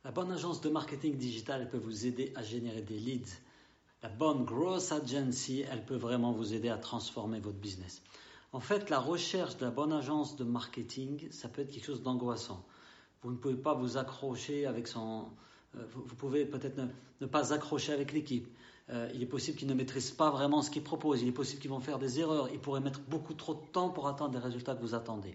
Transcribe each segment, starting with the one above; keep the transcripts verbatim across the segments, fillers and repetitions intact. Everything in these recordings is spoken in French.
La bonne agence de marketing digital, elle peut vous aider à générer des leads. La bonne growth agency, elle peut vraiment vous aider à transformer votre business. En fait, la recherche de la bonne agence de marketing, ça peut être quelque chose d'angoissant. Vous ne pouvez pas vous accrocher avec son... Euh, vous, vous pouvez peut-être ne, ne pas accrocher avec l'équipe. Euh, il est possible qu'ils ne maîtrisent pas vraiment ce qu'ils proposent. Il est possible qu'ils vont faire des erreurs. Ils pourraient mettre beaucoup trop de temps pour atteindre les résultats que vous attendez.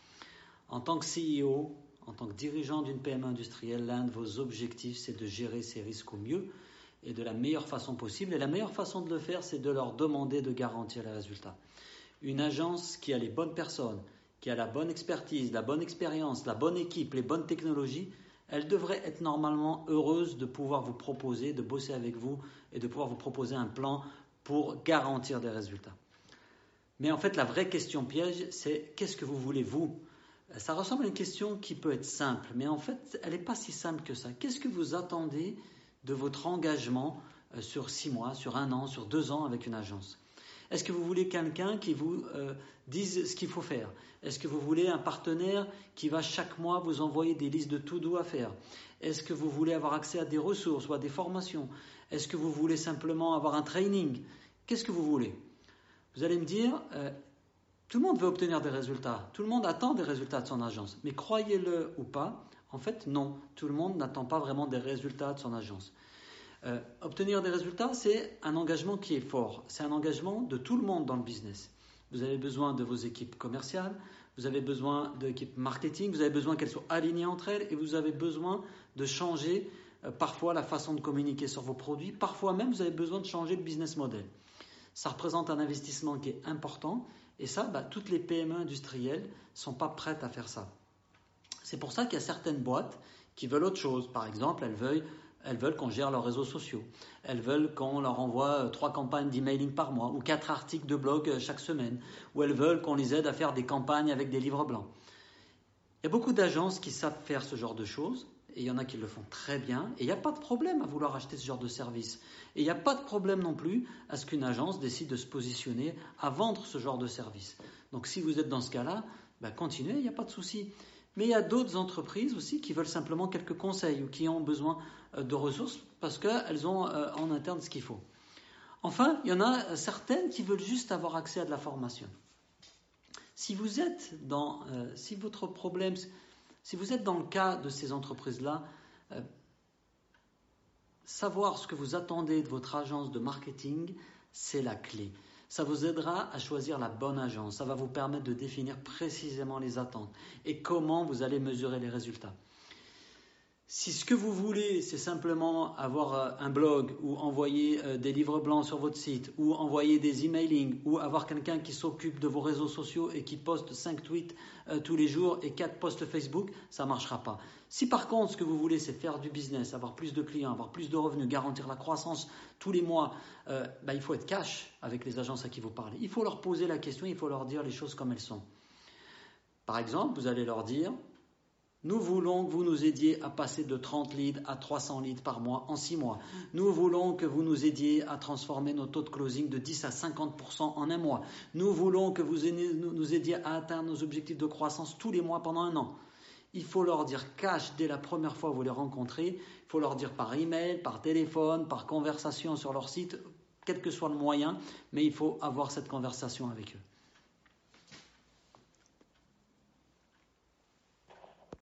En tant que C E O, en tant que dirigeant d'une P M E industrielle, l'un de vos objectifs, c'est de gérer ces risques au mieux et de la meilleure façon possible. Et la meilleure façon de le faire, c'est de leur demander de garantir les résultats. Une agence qui a les bonnes personnes, qui a la bonne expertise, la bonne expérience, la bonne équipe, les bonnes technologies, elle devrait être normalement heureuse de pouvoir vous proposer, de bosser avec vous et de pouvoir vous proposer un plan pour garantir des résultats. Mais en fait, la vraie question piège, c'est qu'est-ce que vous voulez vous ? Ça ressemble à une question qui peut être simple, mais en fait, elle n'est pas si simple que ça. Qu'est-ce que vous attendez de votre engagement sur six mois, sur un an, sur deux ans avec une agence ? Est-ce que vous voulez quelqu'un qui vous euh, dise ce qu'il faut faire ? Est-ce que vous voulez un partenaire qui va chaque mois vous envoyer des listes de to-do à faire ? Est-ce que vous voulez avoir accès à des ressources ou à des formations ? Est-ce que vous voulez simplement avoir un training ? Qu'est-ce que vous voulez ? Vous allez me dire, euh, tout le monde veut obtenir des résultats. Tout le monde attend des résultats de son agence. Mais croyez-le ou pas, en fait, non. Tout le monde n'attend pas vraiment des résultats de son agence. Euh, obtenir des résultats, c'est un engagement qui est fort. C'est un engagement de tout le monde dans le business. Vous avez besoin de vos équipes commerciales, vous avez besoin d'équipes marketing, vous avez besoin qu'elles soient alignées entre elles et vous avez besoin de changer euh, parfois la façon de communiquer sur vos produits. Parfois même, vous avez besoin de changer de business model. Ça représente un investissement qui est important et ça, bah, toutes les P M E industrielles ne sont pas prêtes à faire ça. C'est pour ça qu'il y a certaines boîtes qui veulent autre chose. Par exemple, elles veulent Elles veulent qu'on gère leurs réseaux sociaux. Elles veulent qu'on leur envoie trois campagnes d'emailing par mois ou quatre articles de blog chaque semaine. Ou elles veulent qu'on les aide à faire des campagnes avec des livres blancs. Il y a beaucoup d'agences qui savent faire ce genre de choses. Et il y en a qui le font très bien. Et il n'y a pas de problème à vouloir acheter ce genre de service. Et il n'y a pas de problème non plus à ce qu'une agence décide de se positionner à vendre ce genre de service. Donc si vous êtes dans ce cas-là, ben continuez, il n'y a pas de souci. Mais il y a d'autres entreprises aussi qui veulent simplement quelques conseils ou qui ont besoin de ressources parce qu'elles ont en interne ce qu'il faut. Enfin, il y en a certaines qui veulent juste avoir accès à de la formation. Si vous êtes dans, euh, si votre problème, si vous êtes dans le cas de ces entreprises-là, euh, savoir ce que vous attendez de votre agence de marketing, c'est la clé. Ça vous aidera à choisir la bonne agence. Ça va vous permettre de définir précisément les attentes et comment vous allez mesurer les résultats. Si ce que vous voulez, c'est simplement avoir un blog ou envoyer des livres blancs sur votre site ou envoyer des emailings ou avoir quelqu'un qui s'occupe de vos réseaux sociaux et qui poste cinq tweets euh, tous les jours et quatre posts Facebook, ça ne marchera pas. Si par contre, ce que vous voulez, c'est faire du business, avoir plus de clients, avoir plus de revenus, garantir la croissance tous les mois, euh, bah, il faut être cash avec les agences à qui vous parlez. Il faut leur poser la question, il faut leur dire les choses comme elles sont. Par exemple, vous allez leur dire... Nous voulons que vous nous aidiez à passer de trente leads à trois cents leads par mois en six mois. Nous voulons que vous nous aidiez à transformer nos taux de closing de dix à cinquante pour cent en un mois. Nous voulons que vous nous aidiez à atteindre nos objectifs de croissance tous les mois pendant un an. Il faut leur dire cash dès la première fois que vous les rencontrez. Il faut leur dire par email, par téléphone, par conversation sur leur site, quel que soit le moyen, mais il faut avoir cette conversation avec eux.